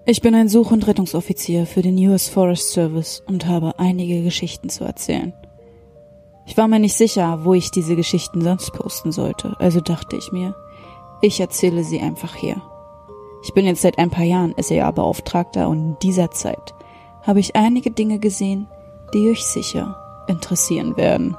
Ich bin ein Such- und Rettungsoffizier für den US Forest Service und habe einige Geschichten zu erzählen. Ich war mir nicht sicher, wo ich diese Geschichten sonst posten sollte, also dachte ich mir, ich erzähle sie einfach hier. Ich bin jetzt seit ein paar Jahren SEA-Beauftragter und in dieser Zeit habe ich einige Dinge gesehen, die euch sicher interessieren werden.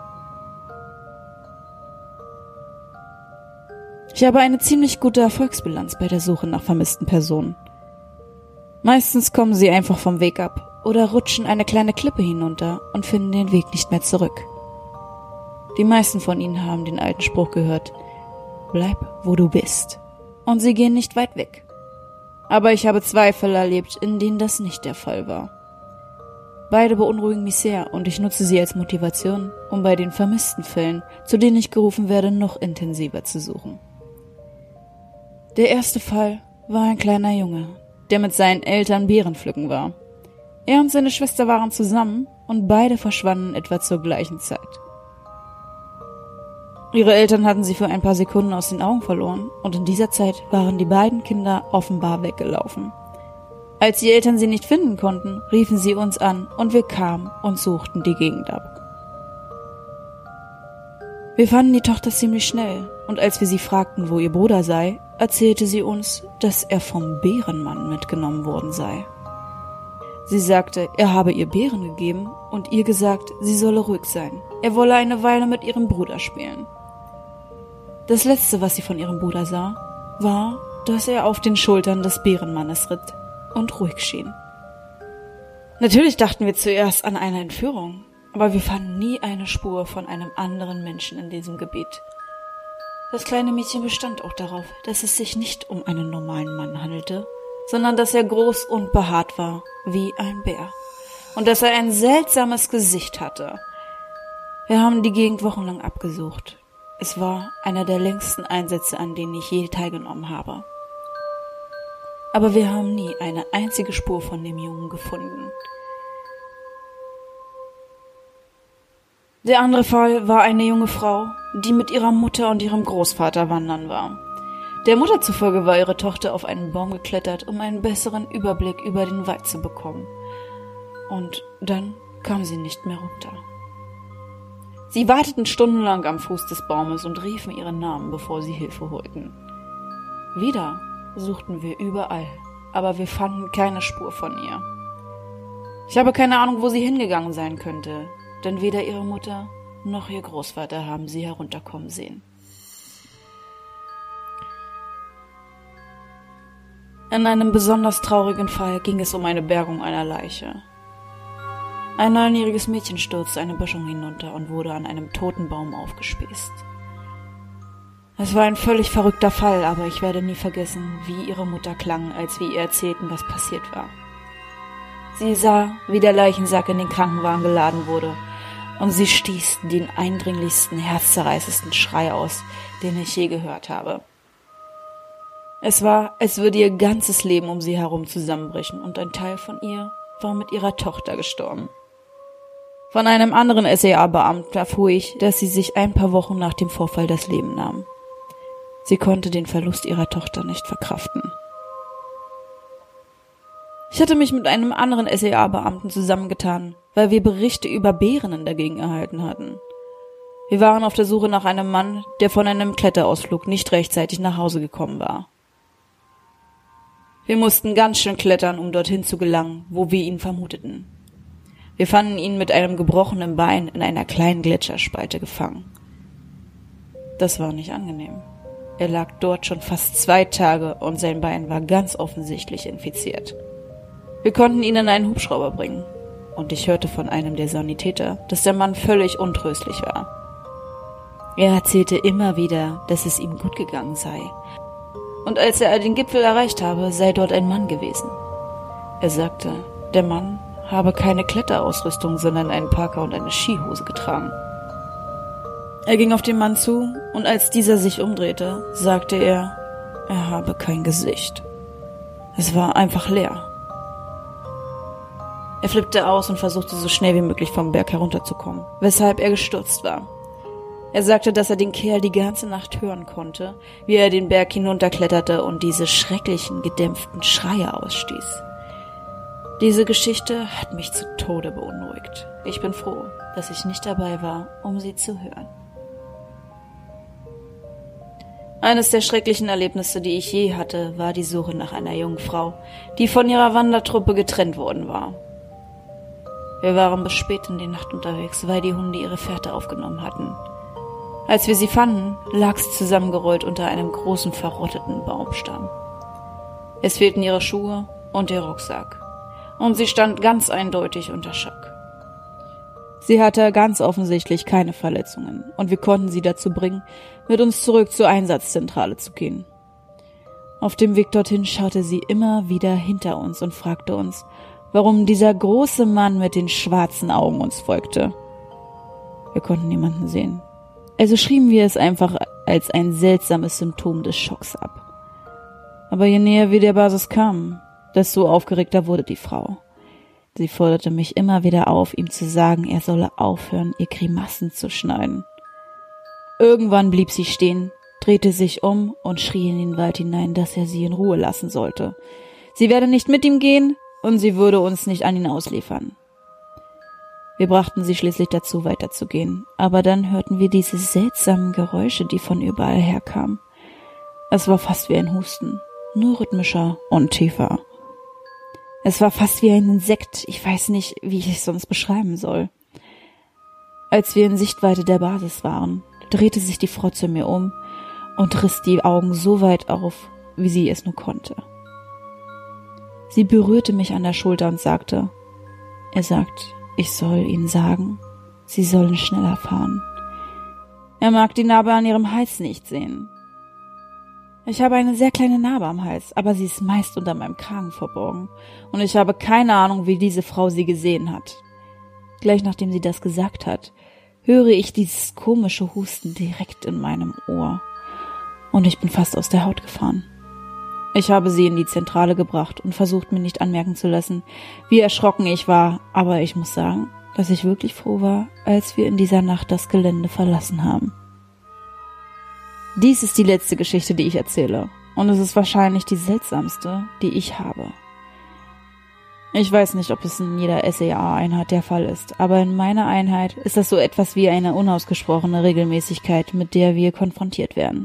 Ich habe eine ziemlich gute Erfolgsbilanz bei der Suche nach vermissten Personen. Meistens kommen sie einfach vom Weg ab oder rutschen eine kleine Klippe hinunter und finden den Weg nicht mehr zurück. Die meisten von ihnen haben den alten Spruch gehört, bleib, wo du bist, und sie gehen nicht weit weg. Aber ich habe 2 Fälle erlebt, in denen das nicht der Fall war. Beide beunruhigen mich sehr und ich nutze sie als Motivation, um bei den vermissten Fällen, zu denen ich gerufen werde, noch intensiver zu suchen. Der erste Fall war ein kleiner Junge, der mit seinen Eltern Beeren pflücken war. Er und seine Schwester waren zusammen und beide verschwanden etwa zur gleichen Zeit. Ihre Eltern hatten sie für ein paar Sekunden aus den Augen verloren und in dieser Zeit waren die beiden Kinder offenbar weggelaufen. Als die Eltern sie nicht finden konnten, riefen sie uns an und wir kamen und suchten die Gegend ab. Wir fanden die Tochter ziemlich schnell und als wir sie fragten, wo ihr Bruder sei, erzählte sie uns, dass er vom Bärenmann mitgenommen worden sei. Sie sagte, er habe ihr Beeren gegeben und ihr gesagt, sie solle ruhig sein. Er wolle eine Weile mit ihrem Bruder spielen. Das Letzte, was sie von ihrem Bruder sah, war, dass er auf den Schultern des Bärenmannes ritt und ruhig schien. Natürlich dachten wir zuerst an eine Entführung, aber wir fanden nie eine Spur von einem anderen Menschen in diesem Gebiet. Das kleine Mädchen bestand auch darauf, dass es sich nicht um einen normalen Mann handelte, sondern dass er groß und behaart war, wie ein Bär, und dass er ein seltsames Gesicht hatte. Wir haben die Gegend wochenlang abgesucht. Es war einer der längsten Einsätze, an denen ich je teilgenommen habe. Aber wir haben nie eine einzige Spur von dem Jungen gefunden. Der andere Fall war eine junge Frau, die mit ihrer Mutter und ihrem Großvater wandern war. Der Mutter zufolge war ihre Tochter auf einen Baum geklettert, um einen besseren Überblick über den Wald zu bekommen. Und dann kam sie nicht mehr runter. Sie warteten stundenlang am Fuß des Baumes und riefen ihren Namen, bevor sie Hilfe holten. Wieder suchten wir überall, aber wir fanden keine Spur von ihr. Ich habe keine Ahnung, wo sie hingegangen sein könnte, denn weder ihre Mutter noch ihr Großvater haben sie herunterkommen sehen. In einem besonders traurigen Fall ging es um eine Bergung einer Leiche. Ein 9-jähriges Mädchen stürzte eine Böschung hinunter und wurde an einem toten Baum aufgespießt. Es war ein völlig verrückter Fall, aber ich werde nie vergessen, wie ihre Mutter klang, als wir ihr erzählten, was passiert war. Sie sah, wie der Leichensack in den Krankenwagen geladen wurde, und sie stieß den eindringlichsten, herzzerreißendsten Schrei aus, den ich je gehört habe. Es war, als würde ihr ganzes Leben um sie herum zusammenbrechen, und ein Teil von ihr war mit ihrer Tochter gestorben. Von einem anderen SEA-Beamten erfuhr ich, dass sie sich ein paar Wochen nach dem Vorfall das Leben nahm. Sie konnte den Verlust ihrer Tochter nicht verkraften. Ich hatte mich mit einem anderen SEA-Beamten zusammengetan, weil wir Berichte über Bären in der Gegend erhalten hatten. Wir waren auf der Suche nach einem Mann, der von einem Kletterausflug nicht rechtzeitig nach Hause gekommen war. Wir mussten ganz schön klettern, um dorthin zu gelangen, wo wir ihn vermuteten. Wir fanden ihn mit einem gebrochenen Bein in einer kleinen Gletscherspalte gefangen. Das war nicht angenehm. Er lag dort schon fast 2 Tage und sein Bein war ganz offensichtlich infiziert. Wir konnten ihn in einen Hubschrauber bringen und ich hörte von einem der Sanitäter, dass der Mann völlig untröstlich war. Er erzählte immer wieder, dass es ihm gut gegangen sei. Und als er den Gipfel erreicht habe, sei dort ein Mann gewesen. Er sagte, der Mann habe keine Kletterausrüstung, sondern einen Parker und eine Skihose getragen. Er ging auf den Mann zu und als dieser sich umdrehte, sagte er habe kein Gesicht. Es war einfach leer. Er flippte aus und versuchte so schnell wie möglich vom Berg herunterzukommen, weshalb er gestürzt war. Er sagte, dass er den Kerl die ganze Nacht hören konnte, wie er den Berg hinunterkletterte und diese schrecklichen, gedämpften Schreie ausstieß. Diese Geschichte hat mich zu Tode beunruhigt. Ich bin froh, dass ich nicht dabei war, um sie zu hören. Eines der schrecklichen Erlebnisse, die ich je hatte, war die Suche nach einer jungen Frau, die von ihrer Wandertruppe getrennt worden war. Wir waren bis spät in die Nacht unterwegs, weil die Hunde ihre Fährte aufgenommen hatten. Als wir sie fanden, lag sie zusammengerollt unter einem großen verrotteten Baumstamm. Es fehlten ihre Schuhe und ihr Rucksack, und sie stand ganz eindeutig unter Schock. Sie hatte ganz offensichtlich keine Verletzungen, und wir konnten sie dazu bringen, mit uns zurück zur Einsatzzentrale zu gehen. Auf dem Weg dorthin schaute sie immer wieder hinter uns und fragte uns, warum dieser große Mann mit den schwarzen Augen uns folgte. Wir konnten niemanden sehen. Also schrieben wir es einfach als ein seltsames Symptom des Schocks ab. Aber je näher wir der Basis kamen, desto aufgeregter wurde die Frau. Sie forderte mich immer wieder auf, ihm zu sagen, er solle aufhören, ihr Grimassen zu schneiden. Irgendwann blieb sie stehen, drehte sich um und schrie in den Wald hinein, dass er sie in Ruhe lassen sollte. Sie werde nicht mit ihm gehen und sie würde uns nicht an ihn ausliefern. Wir brachten sie schließlich dazu, weiterzugehen, aber dann hörten wir diese seltsamen Geräusche, die von überall herkamen. Es war fast wie ein Husten, nur rhythmischer und tiefer. Es war fast wie ein Insekt, ich weiß nicht, wie ich es sonst beschreiben soll. Als wir in Sichtweite der Basis waren, drehte sich die Frau zu mir um und riss die Augen so weit auf, wie sie es nur konnte. Sie berührte mich an der Schulter und sagte, er sagt, ich soll Ihnen sagen, Sie sollen schneller fahren. Er mag die Narbe an Ihrem Hals nicht sehen. Ich habe eine sehr kleine Narbe am Hals, aber sie ist meist unter meinem Kragen verborgen, und ich habe keine Ahnung, wie diese Frau sie gesehen hat. Gleich nachdem sie das gesagt hat, höre ich dieses komische Husten direkt in meinem Ohr, und ich bin fast aus der Haut gefahren. Ich habe sie in die Zentrale gebracht und versucht, mir nicht anmerken zu lassen, wie erschrocken ich war, aber ich muss sagen, dass ich wirklich froh war, als wir in dieser Nacht das Gelände verlassen haben. Dies ist die letzte Geschichte, die ich erzähle, und es ist wahrscheinlich die seltsamste, die ich habe. Ich weiß nicht, ob es in jeder SEA-Einheit der Fall ist, aber in meiner Einheit ist das so etwas wie eine unausgesprochene Regelmäßigkeit, mit der wir konfrontiert werden.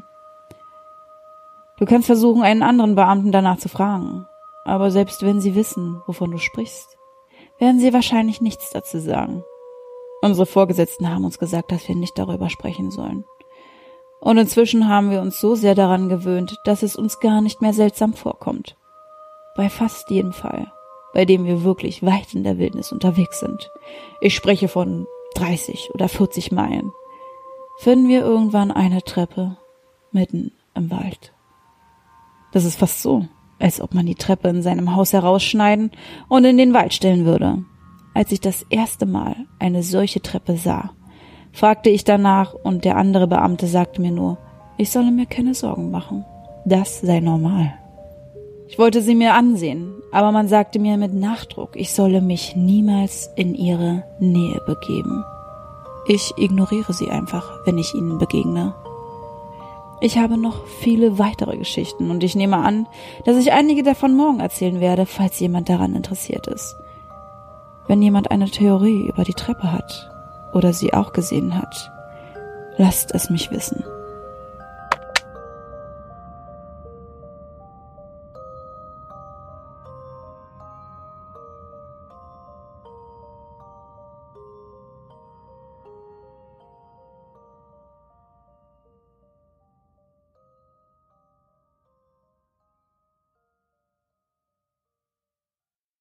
Du kannst versuchen, einen anderen Beamten danach zu fragen, aber selbst wenn sie wissen, wovon du sprichst, werden sie wahrscheinlich nichts dazu sagen. Unsere Vorgesetzten haben uns gesagt, dass wir nicht darüber sprechen sollen. Und inzwischen haben wir uns so sehr daran gewöhnt, dass es uns gar nicht mehr seltsam vorkommt. Bei fast jedem Fall, bei dem wir wirklich weit in der Wildnis unterwegs sind, ich spreche von 30 oder 40 Meilen, finden wir irgendwann eine Treppe mitten im Wald. Das ist fast so, als ob man die Treppe in seinem Haus herausschneiden und in den Wald stellen würde. Als ich das erste Mal eine solche Treppe sah, fragte ich danach und der andere Beamte sagte mir nur, ich solle mir keine Sorgen machen. Das sei normal. Ich wollte sie mir ansehen, aber man sagte mir mit Nachdruck, ich solle mich niemals in ihre Nähe begeben. Ich ignoriere sie einfach, wenn ich ihnen begegne. Ich habe noch viele weitere Geschichten und ich nehme an, dass ich einige davon morgen erzählen werde, falls jemand daran interessiert ist. Wenn jemand eine Theorie über die Treppe hat oder sie auch gesehen hat, lasst es mich wissen.